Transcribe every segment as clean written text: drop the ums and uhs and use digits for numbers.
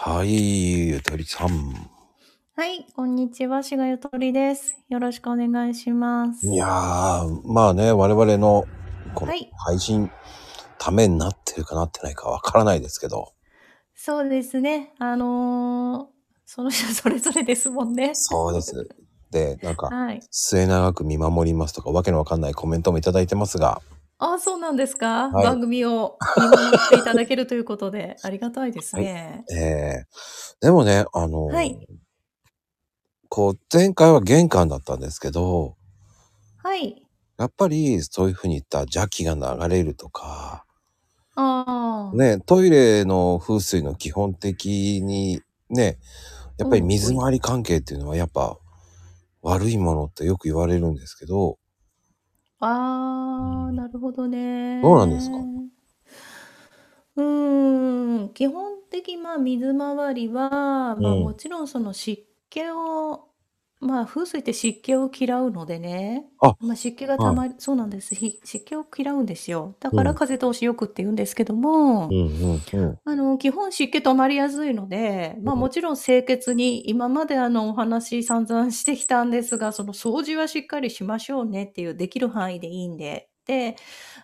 はい、ゆとりさん。 はい、こんにちは。しがゆとりです。よろしくお願いしまいやす。 まあね、我々のこのはい、 配信ためになってるかなってないかわからないですけど。 そうですね。その人それぞれですもんね。 そうです。で、なんか、 はい。 末永く見守りますとかわけのわかんないコメントもいただいてますが。 あ、そうなんですか？ はい。 番組を見守っていただけるということで、ありがたいですはい。 ね。 でもね、 はい、 前回は玄関だったんですけど、 はい。 やっぱりそういうふうに言った邪気が流れるとか、 ああ、 ね、トイレの風水の基本的にね、やっぱりうん、 水回り関係っていうのはやっぱ悪いものってよく言われるんですけど、 ああ、なるほどどうなんですか？ ね。基本的、水回りは、 うん。 もちろんその湿気を、風水って湿気を嫌うのでね、 あ、 湿気がたはい。 まり、そうなんです。湿気を嫌うんですよ。だうん。 から風通しよくって言うんですけども、 うんうんうん。 基本湿気溜まりやすいので、もちろん清潔に、今までお話散々してきたんですが、その掃除はしっかりしましょうねっていう、できる範囲でいいんで。で、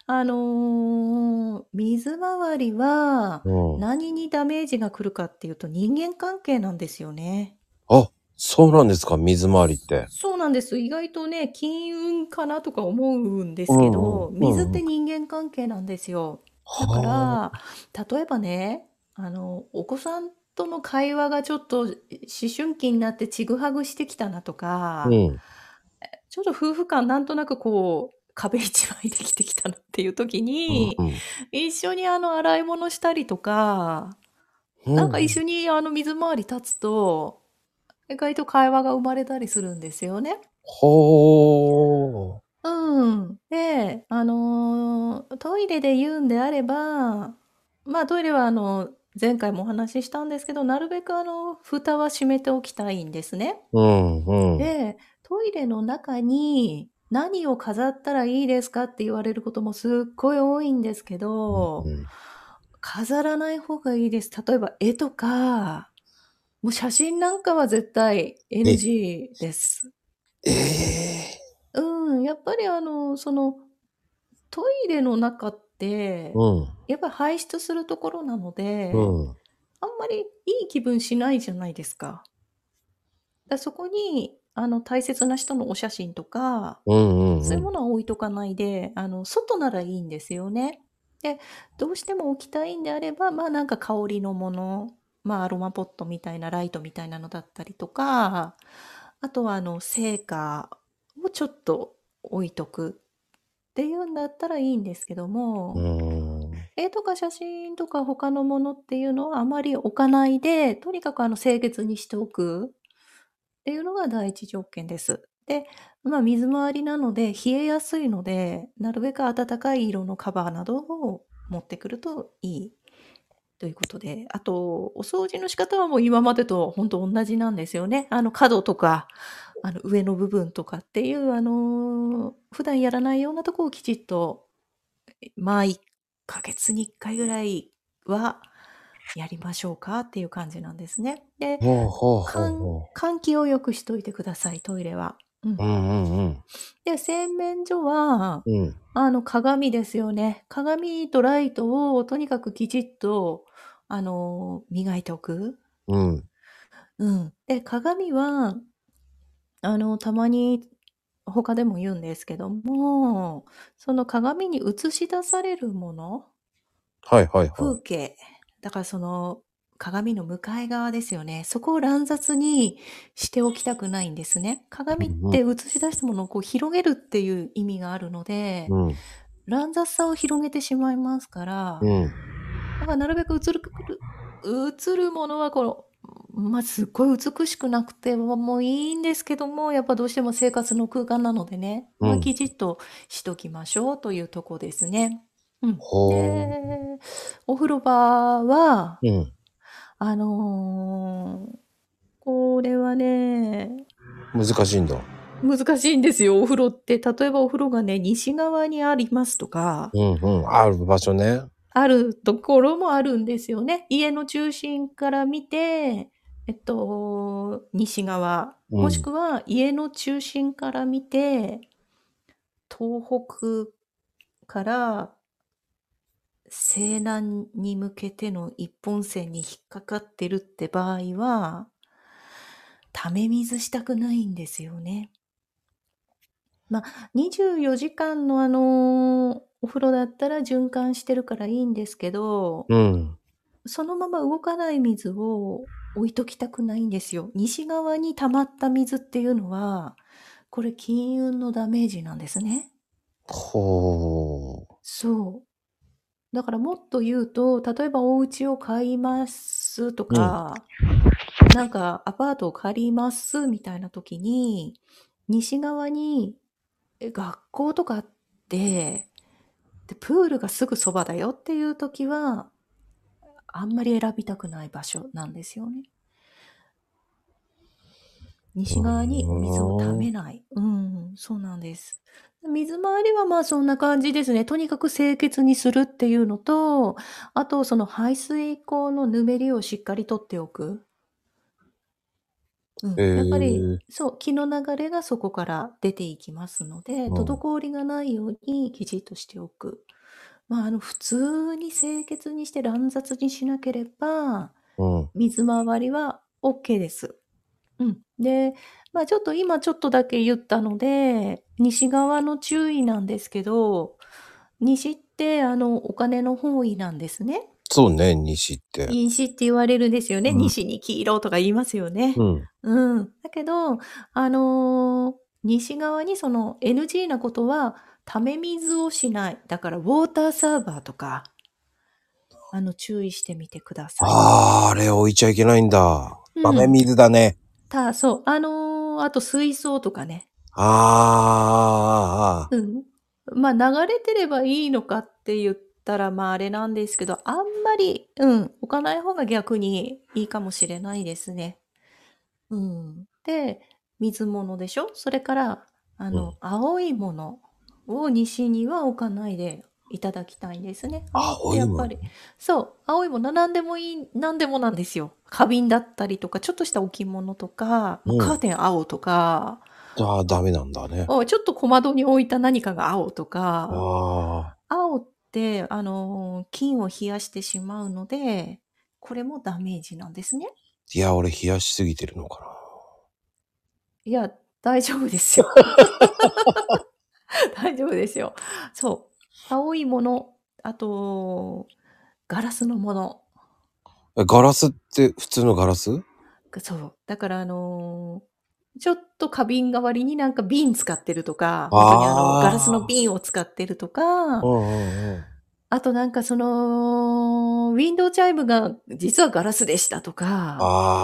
水回りは、 うん。 何にダメージが来るかっていうと、人間関係なんですよね。 あ、そうなんですか、水回りって。 そうなんです。意外とね、金運かなとか思うんでうんうん。 すけど、水っうんうん。 て人間関係なんですよ。だかはら、例えばね、お子さんとの会話がちょっと思春期になってちぐはぐしてきたなとあ。うか、 ん。 ちょっと夫婦間なんとなくこう、壁一枚できてきたなっていう時に、 うんうん。 一緒に洗い物したりとか、なんか一うんうん。 緒に水回り立つと、意外と会話が生まれたりするんですよね。 ほー。 うん。で、トイレで言うんであれば、トイレは前回もお話ししたんですけど、なるべく蓋は閉めておきたいんですね。 うんうん。 で、トイレの中に何を飾ったらいいですかって言われることもすっごい多いんですけど、 うん。 飾らない方がいいです。例えば絵とか、もう写真なんかは絶対え、 NG です。 ええやっぱりトイレの中って、 ー。うん。 やっぱり排出するところなのうで、 ん。 あんまりいい気分しないじゃないですか。そこに、大切な人のお写真とか、 うんうんうん。 そういうものは置いとかないで、外ならいいんですよね。で、どうしても置きたいんであれば、なんか香りのもの、アロマポットみたいなライトみたいなのだったりとか、あとは生花をちょっと置いとくっていうんだったらいいんですけどうも、 ん。 絵とか写真とか他のものっていうのはあまり置かないで、とにかく清潔にしておくっていうのが第一条件です。で、水回りなので冷えやすいので、なるべく暖かい色のカバーなどを持ってくるといいということで、あと、お掃除の仕方はもう今までと本当同じなんですよね。角とか、上の部分とかっていう、普段やらないようなとこをきちっと、1ヶ月に1回ぐらいはやりましょうかっていう感じなんですね。で、 ほうほうほうほ換気をよくしといてください、トイレは。うん。 う。うんうんうん。 で、洗面所は、 うん。 鏡ですよね。鏡とライトをとにかくきちっと、磨いておく。 うん。 うん。で、鏡は、たまに他でも言うんですけども、その鏡に映し出されるもの、 はいはいはい。 風景、だからその鏡の向かい側ですよね。そこを乱雑にしておきたくないんですね。鏡っうんて映し出したものをこう広げるっていう意味があるので、 うん。 乱雑さを広げてしまいますから、 うん。 だからなるべく映るものはすっごい美しくなくてもいいんですけども、やっぱどうしても生活の空間なのでね、 うん。 きちっとしときましょうというとこですね。うん。 ほう。 で、お風呂場は、 うん。 あのこれはね、 難しいんだ。 難しいんですよ。お風呂って、例えばお風呂がね、西側にありますとか、 うんうん。ある場所ね。 あるところもあるんですよね。家の中心から見て、西側、もしくは家の中心から見て、東北から西南に向けての一本線に引っかかってるって場合は、ため水したくないんですよね。まあ、24時間のお風呂だったら循環してるからいいんですけど、そのまま動かない水を置いときたくないんですよ。西側に溜まった水っていうのは、これ金運のダメージなんですね。 ほう。 そう。だからもっと言うと、例えばお家を買いますとか、なんかアパートを借りますみたいな時に、西側に学校とかあって、で、プールがすぐそばだよっていう時は、あんまり選びたくない場所なんですよね。西側に水を溜めない。そうなんです。水回りはまあそんな感じですね。とにかく清潔にするっていうのと、あとその排水溝のぬめりをしっかり取っておく。やっぱり、そう、気の流れがそこから出ていきますので、滞りがないようにきちっとしておく。まあ、普通に清潔にして乱雑にしなければ、水回りは OK です。で、まあちょっと今ちょっとだけ言ったので、西側の注意なんですけど、西ってお金の方位なんですね。 そうね、西って。 西って言われるんですよね。西に黄色とか言いますよね。だけど、西側にその NG なことは、ため水をしない。だから、ウォーターサーバーとか、注意してみてください。 あれ置いちゃいけないんだ。ため水だね。 そう。あと水槽とかね。まあ、流れてればいいのかって言ったら、まあ、あれなんですけど、あんまり、置かない方が逆にいいかもしれないですね。で、水物でしょ？それから、青いものを西には置かないでいただきたいんですね。青ってやっぱり、そう、青いもの何でもいい、何でもなんですよ。花瓶だったりとか、ちょっとした置物とか、カーテン青とか、 ダメなんだね。 ちょっと小窓に置いた何かが青とか、青って、菌を冷やしてしまうので、これもダメージなんですね。 いや、俺冷やしすぎてるのかな。 いや、大丈夫ですよ。大丈夫ですよ。そう。青いもの、あと、ガラスのもの。 ガラスって普通のガラス？ そう。だからちょっと花瓶代わりになんか瓶使ってるとか、本当にガラスの瓶を使ってるとか、あとなんかウィンドウチャイムが実はガラスでしたとか、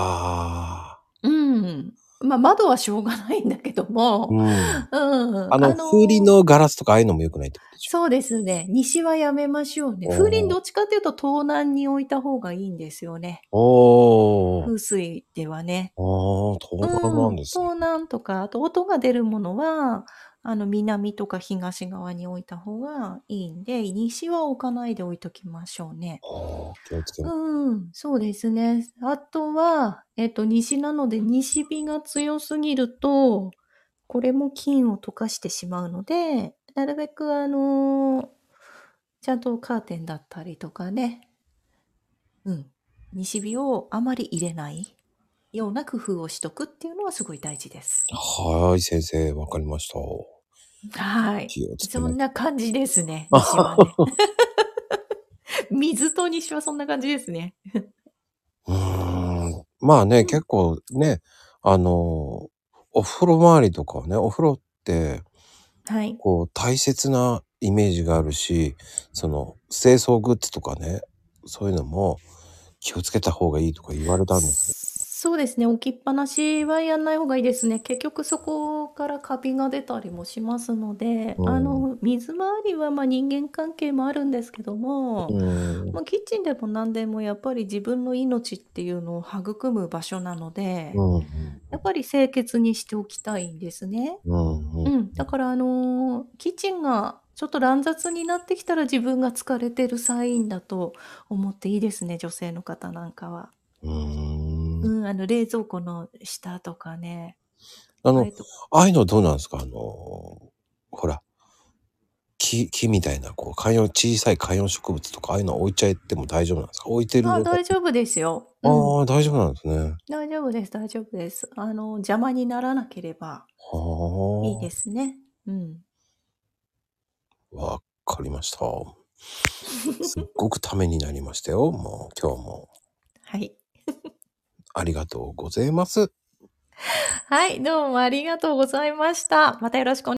まあ窓はしょうがないんだけども、 風鈴のガラスとかああいうのも良くないってことでしょ？ そうですね。西はやめましょうね。風鈴どっちかっていうと東南に置いた方がいいんですよね。風水ではね。 東南なんですね。 東南とか、あと音が出るものは、南とか東側に置いた方がいいんで、西は置かないで置いときましょうね。 気をつけます。 そうですね。あとは、西なので西日が強すぎると、これも菌を溶かしてしまうので、なるべくちゃんとカーテンだったりとかね、西日をあまり入れないような工夫をしとくっていうのはすごい大事です。 はい、先生、わかりました。 はい。 気をつけそます。 んな感じですね、西はね。水と西はそんな感じですね。 まあね、結構ね、お風呂周りとかはね、お風呂って、こう大切なイメージがあるし、その清掃グッズとかね、そういうのも気をつけた方がいいとか言われたんですけど。 そうですね、置きっぱなしはやんない方がいいですね。結局そこからカビが出たりもしますので、水回りはまあ人間関係もあるんですけども、まあ、キッチンでも何でもやっぱり自分の命っていうのを育む場所なので、やっぱり清潔にしておきたいんですね。だからキッチンがちょっと乱雑になってきたら自分が疲れてるサインだと思っていいですね、女性の方なんかは。冷蔵庫の下とかね。 ああいうのどうなんですか？ほら、木みたいな、こう、小さい観葉植物とか、ああいうの置いちゃっても大丈夫なんですか？置いてるのが。 大丈夫ですよ。 ああ、大丈夫なんですね。 大丈夫です、大丈夫です。邪魔にならなければいいではすね。 あ、わかりました。すっごくためになりましたよ、もう今日も。 はい。 ありがとうございます。 はい、どうもありがとうございました。またよろしくお願いします。